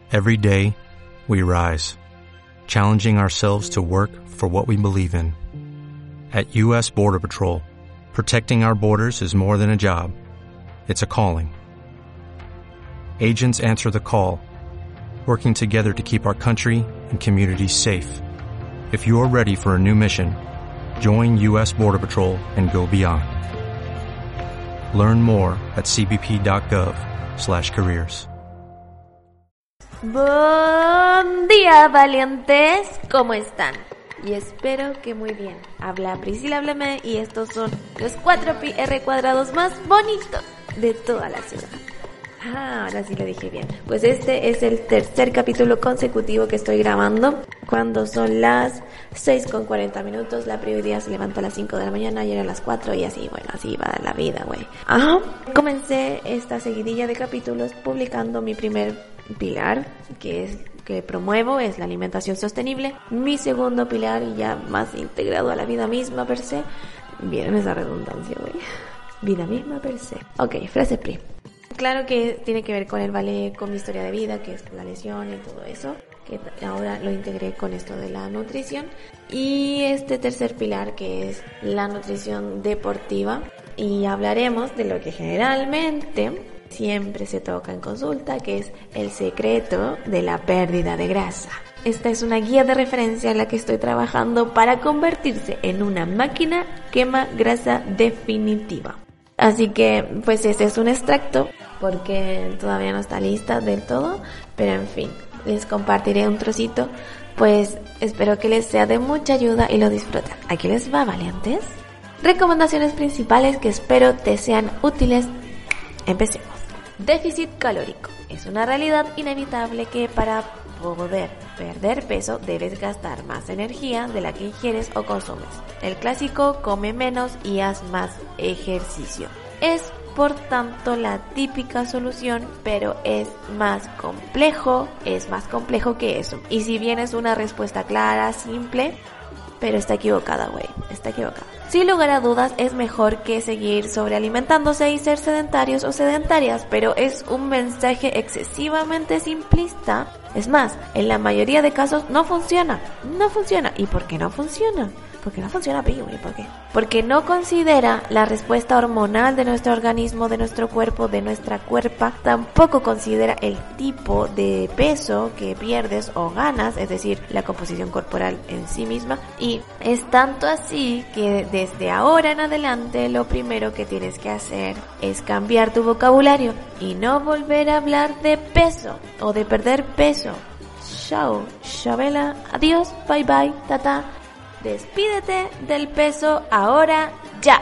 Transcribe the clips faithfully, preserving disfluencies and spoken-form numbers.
Every day, we rise, challenging ourselves to work for what we believe in. At U S Border Patrol, protecting our borders is more than a job. It's a calling. Agents answer the call, working together to keep our country and communities safe. If you are ready for a new mission, join U S Border Patrol and go beyond. Learn more at cbp.gov slash careers. Buen día, valientes. ¿Cómo están? Y espero que muy bien. Habla Priscila Blemé y estos son los cuatro pi erre cuadrados más bonitos de toda la ciudad. Ah, ahora sí lo dije bien. Pues este es el tercer capítulo consecutivo que estoy grabando cuando son las seis con cuarenta minutos. La prioridad se levanta a las cinco de la mañana, ayer a las cuatro y así, bueno, así va la vida, güey. Ajá. Comencé esta seguidilla de capítulos publicando mi primer pilar, que es que promuevo, es la alimentación sostenible. Mi segundo pilar, y ya más integrado a la vida misma per se, vieron esa redundancia, güey. Vida misma per se. Ok, frase pri. Claro que tiene que ver con el ballet, con mi historia de vida, que es la lesión y todo eso, que ahora lo integré con esto de la nutrición. Y este tercer pilar, que es la nutrición deportiva, y hablaremos de lo que generalmente siempre se toca en consulta, que es el secreto de la pérdida de grasa. Esta es una guía de referencia en la que estoy trabajando para convertirse en una máquina quema grasa definitiva. Así que, pues este es un extracto, porque todavía no está lista del todo, pero en fin, les compartiré un trocito, pues espero que les sea de mucha ayuda y lo disfruten. Aquí les va, valientes. Recomendaciones principales que espero te sean útiles. Empecemos. Déficit calórico. Es una realidad inevitable que para poder perder peso debes gastar más energía de la que ingieres o consumes. El clásico come menos y haz más ejercicio. Es por tanto la típica solución, pero es más complejo, es más complejo que eso. Y si bien es una respuesta clara, simple, pero está equivocada, güey, está equivocada. Sin lugar a dudas es mejor que seguir sobrealimentándose y ser sedentarios o sedentarias, pero es un mensaje excesivamente simplista. Es más, en la mayoría de casos no funciona, no funciona. ¿Y por qué no funciona? ¿Por qué no funciona, Pi, güey? ¿Por qué? Porque no considera la respuesta hormonal de nuestro organismo, de nuestro cuerpo, de nuestra cuerpa. Tampoco considera el tipo de peso que pierdes o ganas, es decir, la composición corporal en sí misma. Y es tanto así que desde ahora en adelante lo primero que tienes que hacer es cambiar tu vocabulario y no volver a hablar de peso o de perder peso. Chao, Chabela, adiós, bye bye, tata. Despídete del peso ahora ya.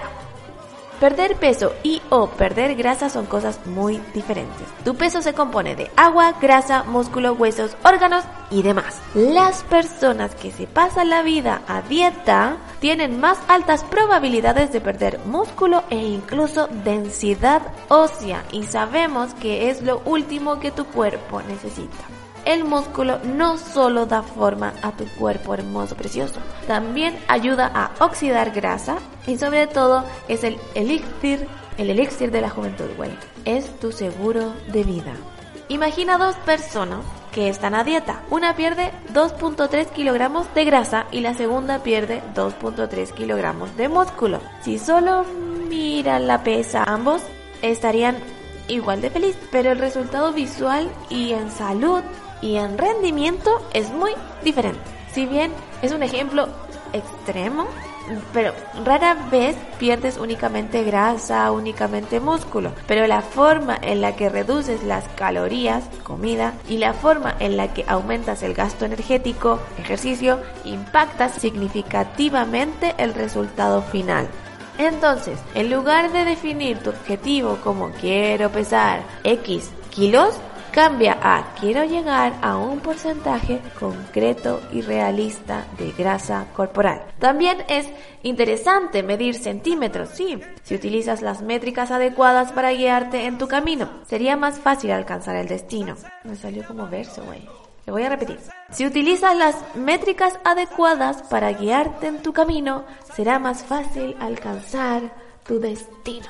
Perder peso y o perder grasa son cosas muy diferentes. Tu peso se compone de agua, grasa, músculo, huesos, órganos y demás. Las personas que se pasan la vida a dieta tienen más altas probabilidades de perder músculo e incluso densidad ósea, y sabemos que es lo último que tu cuerpo necesita. El músculo no solo da forma a tu cuerpo hermoso, precioso, también ayuda a oxidar grasa y sobre todo es el elixir, el elixir de la juventud, güey. Es tu seguro de vida. Imagina dos personas que están a dieta. Una pierde dos punto tres kilogramos de grasa y la segunda pierde dos punto tres kilogramos de músculo. Si solo miran la pesa, ambos estarían igual de feliz, pero el resultado visual y en salud y en rendimiento es muy diferente. Si bien es un ejemplo extremo, pero rara vez pierdes únicamente grasa, únicamente músculo, pero la forma en la que reduces las calorías, comida, y la forma en la que aumentas el gasto energético, ejercicio, impacta significativamente el resultado final. Entonces, en lugar de definir tu objetivo como quiero pesar X kilos, cambia a quiero llegar a un porcentaje concreto y realista de grasa corporal. También es interesante medir centímetros, sí, si utilizas las métricas adecuadas para guiarte en tu camino. Sería más fácil alcanzar el destino. Me salió como verso, güey. Lo voy a repetir. Si utilizas las métricas adecuadas para guiarte en tu camino, será más fácil alcanzar tu destino.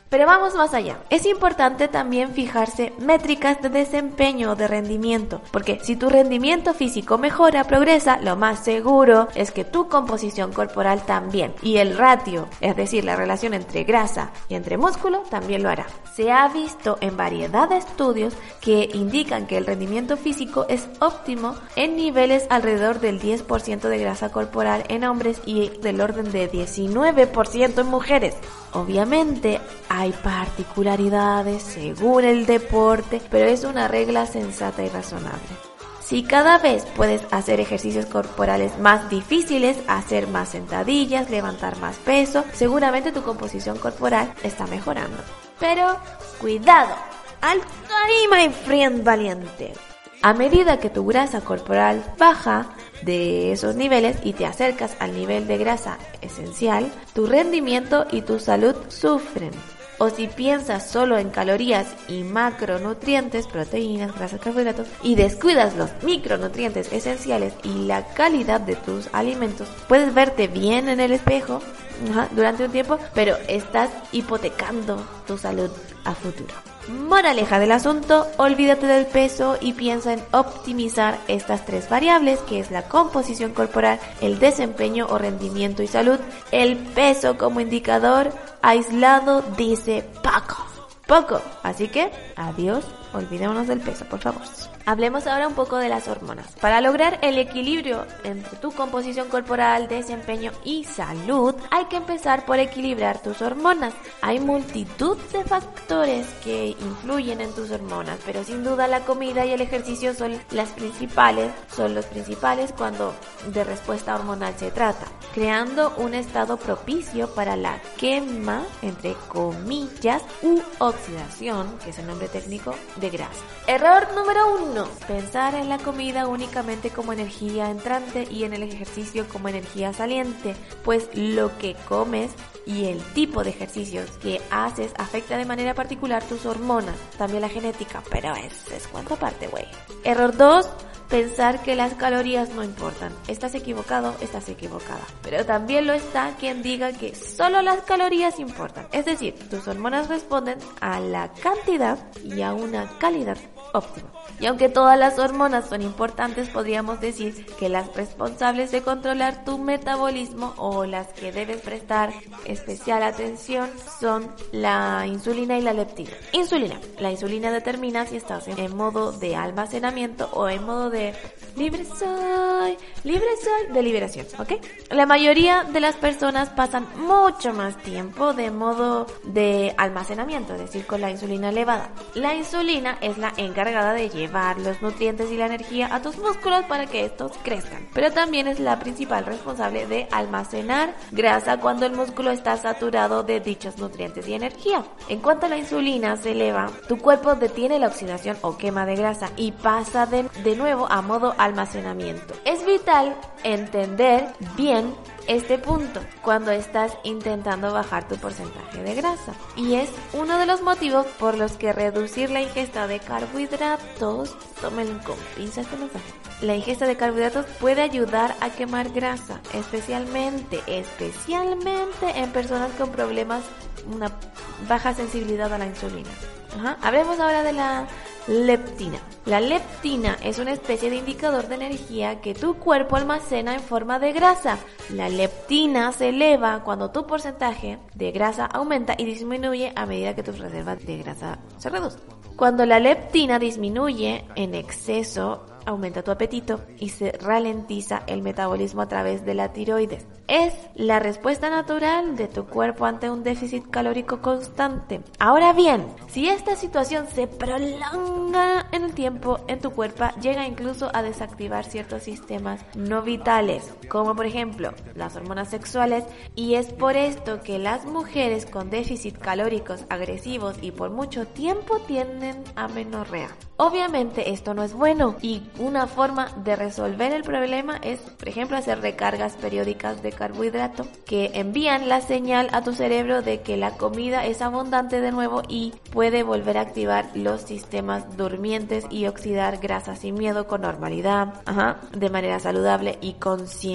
Pero vamos más allá. Es importante también fijarse métricas de desempeño o de rendimiento, porque si tu rendimiento físico mejora, progresa, lo más seguro es que tu composición corporal también. Y el ratio, es decir, la relación entre grasa y entre músculo, también lo hará. Se ha visto en variedad de estudios que indican que el rendimiento físico es óptimo en niveles alrededor del diez por ciento de grasa corporal en hombres y del orden de diecinueve por ciento en mujeres. Obviamente hay particularidades según el deporte, pero es una regla sensata y razonable. Si cada vez puedes hacer ejercicios corporales más difíciles, hacer más sentadillas, levantar más peso, seguramente tu composición corporal está mejorando. Pero cuidado, alto ahí, my friend valiente. A medida que tu grasa corporal baja de esos niveles y te acercas al nivel de grasa esencial, tu rendimiento y tu salud sufren. O si piensas solo en calorías y macronutrientes, proteínas, grasas, carbohidratos, y descuidas los micronutrientes esenciales y la calidad de tus alimentos, puedes verte bien en el espejo ajá, durante un tiempo, pero estás hipotecando tu salud a futuro. Moraleja del asunto, olvídate del peso y piensa en optimizar estas tres variables, que es la composición corporal, el desempeño o rendimiento y salud. El peso como indicador aislado dice poco, poco. Así que, adiós, olvidémonos del peso, por favor. Hablemos ahora un poco de las hormonas. Para lograr el equilibrio entre tu composición corporal, desempeño y salud, hay que empezar por equilibrar tus hormonas. Hay multitud de factores que influyen en tus hormonas, pero sin duda la comida y el ejercicio son las principales, son los principales cuando de respuesta hormonal se trata, creando un estado propicio para la quema, entre comillas, u oxidación, que es el nombre técnico, de grasa. Error número uno. Pensar en la comida únicamente como energía entrante y en el ejercicio como energía saliente, pues lo que comes y el tipo de ejercicios que haces afecta de manera particular tus hormonas, también la genética, pero es, es cuanto aparte, güey. Error dos. Pensar que las calorías no importan. Estás equivocado, estás equivocada. Pero también lo está quien diga que solo las calorías importan. Es decir, tus hormonas responden a la cantidad y a una calidad óptima. Y aunque todas las hormonas son importantes, podríamos decir que las responsables de controlar tu metabolismo o las que debes prestar especial atención son la insulina y la leptina. Insulina. La insulina determina si estás en modo de almacenamiento o en modo de libre soy, libre soy de liberación, ¿ok? La mayoría de las personas pasan mucho más tiempo de modo de almacenamiento, es decir, con la insulina elevada. La insulina es la encargada de llevar los nutrientes y la energía a tus músculos para que estos crezcan, pero también es la principal responsable de almacenar grasa cuando el músculo está saturado de dichos nutrientes y energía. En cuanto la insulina se eleva, tu cuerpo detiene la oxidación o quema de grasa y pasa de, de nuevo a modo almacenamiento. Es vital entender bien este punto cuando estás intentando bajar tu porcentaje de grasa, y es uno de los motivos por los que reducir la ingesta de carbohidratos, tómenlo con pinzas este mensaje, la ingesta de carbohidratos puede ayudar a quemar grasa, especialmente, especialmente en personas con problemas, una baja sensibilidad a la insulina. Ajá. Hablemos ahora de la leptina. La leptina es una especie de indicador de energía que tu cuerpo almacena en forma de grasa. La leptina se eleva cuando tu porcentaje de grasa aumenta y disminuye a medida que tus reservas de grasa se reducen. Cuando la leptina disminuye en exceso, aumenta tu apetito y se ralentiza el metabolismo a través de la tiroides. Es la respuesta natural de tu cuerpo ante un déficit calórico constante. Ahora bien, si esta situación se prolonga en el tiempo en tu cuerpo, llega incluso a desactivar ciertos sistemas no vitales, como por ejemplo las hormonas sexuales, y es por esto que las mujeres con déficit calóricos agresivos y por mucho tiempo tienden a menorrea. Obviamente esto no es bueno, y una forma de resolver el problema es, por ejemplo, hacer recargas periódicas de carbohidrato que envían la señal a tu cerebro de que la comida es abundante de nuevo y puede volver a activar los sistemas durmientes y oxidar grasa sin miedo con normalidad, ajá, de manera saludable y consciente.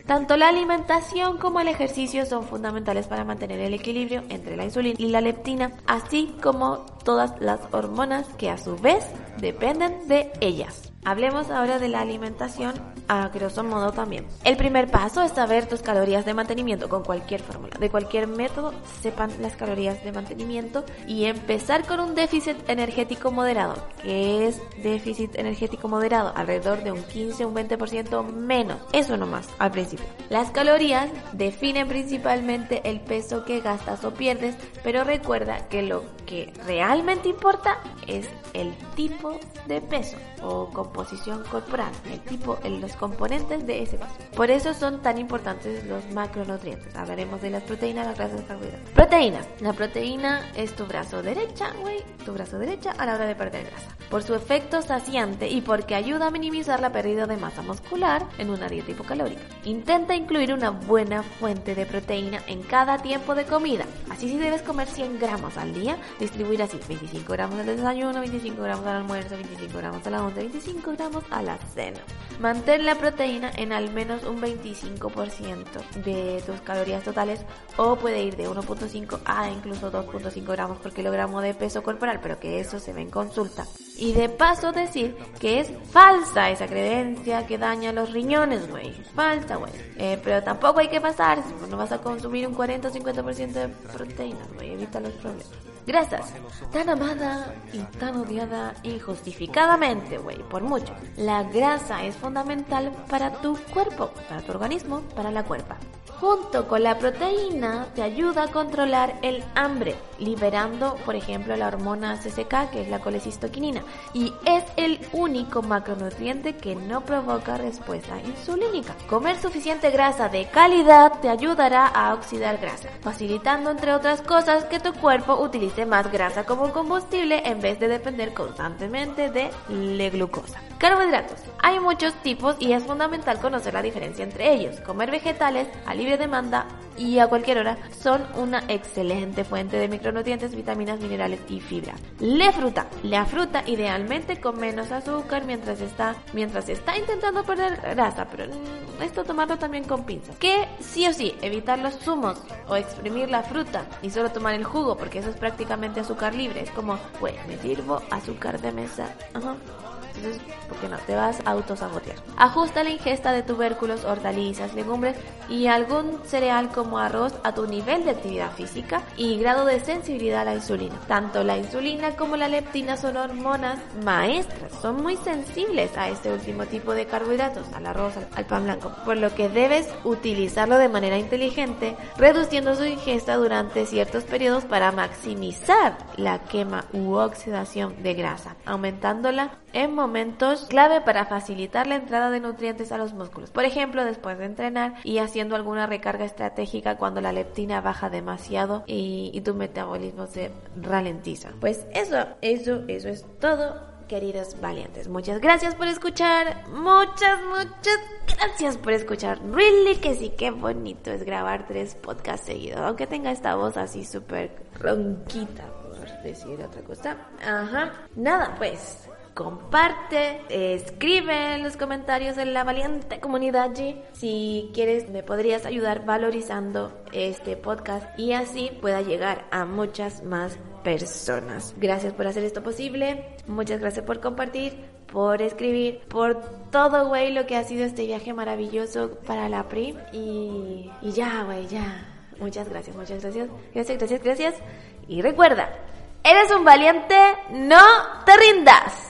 Tanto la alimentación como el ejercicio son fundamentales para mantener el equilibrio entre la insulina y la leptina, así como todas las hormonas que a su vez dependen de ellas. Hablemos ahora de la alimentación a grosso modo también. El primer paso es saber tus calorías de mantenimiento con cualquier fórmula. De cualquier método, sepan las calorías de mantenimiento y empezar con un déficit energético moderado. ¿Qué es déficit energético moderado? Alrededor de un quince o un veinte por ciento menos. Eso nomás, al principio. Las calorías definen principalmente el peso que gastas o pierdes, pero recuerda que lo que realmente importa es el tipo de peso o composición corporal, el tipo, el, los componentes de ese peso. Por eso son tan importantes los macronutrientes. Hablaremos de las proteínas, las grasas, los carbohidratos. Proteínas. La proteína es tu brazo derecha, güey, tu brazo derecha a la hora de perder grasa. Por su efecto saciante y porque ayuda a minimizar la pérdida de masa muscular en una dieta hipocalórica. Intenta incluir una buena fuente de proteína en cada tiempo de comida. Así, si debes comer cien gramos al día, distribuir así veinticinco gramos al desayuno, veinticinco gramos al almuerzo, veinticinco gramos a la once, veinticinco gramos a la cena. Mantén la proteína en al menos un veinticinco por ciento de tus calorías totales, o puede ir de uno punto cinco a incluso dos punto cinco gramos por kilogramo de peso corporal, pero que eso se ve en consulta. Y de paso decir que es falsa esa creencia que daña los riñones, güey. Falsa, güey. Eh, pero tampoco hay que pasar, no vas a consumir un cuarenta o cincuenta por ciento de proteínas, güey. Evita los problemas. Grasas, tan amada y tan odiada injustificadamente, güey, por mucho. La grasa es fundamental para tu cuerpo, para tu organismo, para la cuerpa. Junto con la proteína te ayuda a controlar el hambre, liberando, por ejemplo, la hormona C C K, que es la colecistoquinina, y es el único macronutriente que no provoca respuesta insulínica. Comer suficiente grasa de calidad te ayudará a oxidar grasa, facilitando, entre otras cosas, que tu cuerpo utilice más grasa como combustible en vez de depender constantemente de la glucosa. Carbohidratos. Hay muchos tipos y es fundamental conocer la diferencia entre ellos. Comer vegetales a libre demanda y a cualquier hora son una excelente fuente de micronutrientes, vitaminas, minerales y fibra. La fruta. La fruta idealmente con menos azúcar mientras está mientras está intentando perder grasa, pero esto tomarlo también con pinzas. Que sí o sí, evitar los zumos o exprimir la fruta y solo tomar el jugo, porque eso es prácticamente azúcar libre. Es como, pues, me sirvo azúcar de mesa. Ajá. Entonces, ¿por qué no? Te vas a autosabotear. Ajusta la ingesta de tubérculos, hortalizas, legumbres y algún cereal como arroz a tu nivel de actividad física y grado de sensibilidad a la insulina. Tanto la insulina como la leptina son hormonas maestras. Son muy sensibles a este último tipo de carbohidratos, al arroz, al, al pan blanco. Por lo que debes utilizarlo de manera inteligente, reduciendo su ingesta durante ciertos periodos para maximizar la quema u oxidación de grasa, aumentándola en momentos clave para facilitar la entrada de nutrientes a los músculos. Por ejemplo, después de entrenar y haciendo alguna recarga estratégica cuando la leptina baja demasiado y, y tu metabolismo se ralentiza. Pues eso, eso, eso es todo, queridos valientes. Muchas gracias por escuchar. Muchas, muchas gracias por escuchar. Really que sí, qué bonito es grabar tres podcasts seguidos. Aunque tenga esta voz así súper ronquita, por decir otra cosa. Ajá. Nada, pues... comparte, escribe en los comentarios en la valiente comunidad G. Si quieres, me podrías ayudar valorizando este podcast y así pueda llegar a muchas más personas. Gracias por hacer esto posible. Muchas gracias por compartir, por escribir, por todo, güey, lo que ha sido este viaje maravilloso para la P R I. Y, y ya, güey, ya. Muchas gracias, muchas gracias. Gracias, gracias, gracias. Y recuerda, eres un valiente, no te rindas.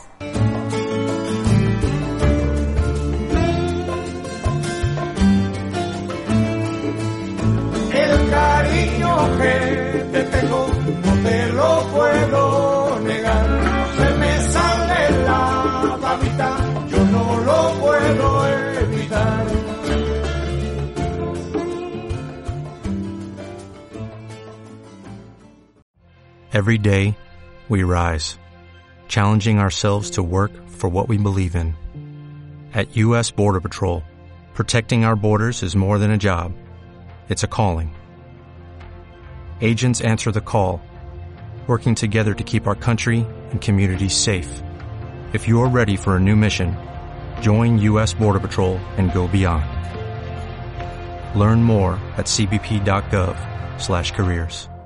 El cariño que te tengo no te lo puedo negar. Se me sale la babita, yo no lo puedo evitar. Every day, we rise, challenging ourselves to work for what we believe in. At U S Border Patrol, protecting our borders is more than a job. It's a calling. Agents answer the call, working together to keep our country and communities safe. If you're ready for a new mission, join U S Border Patrol and go beyond. Learn more at c b p dot gov slash careers.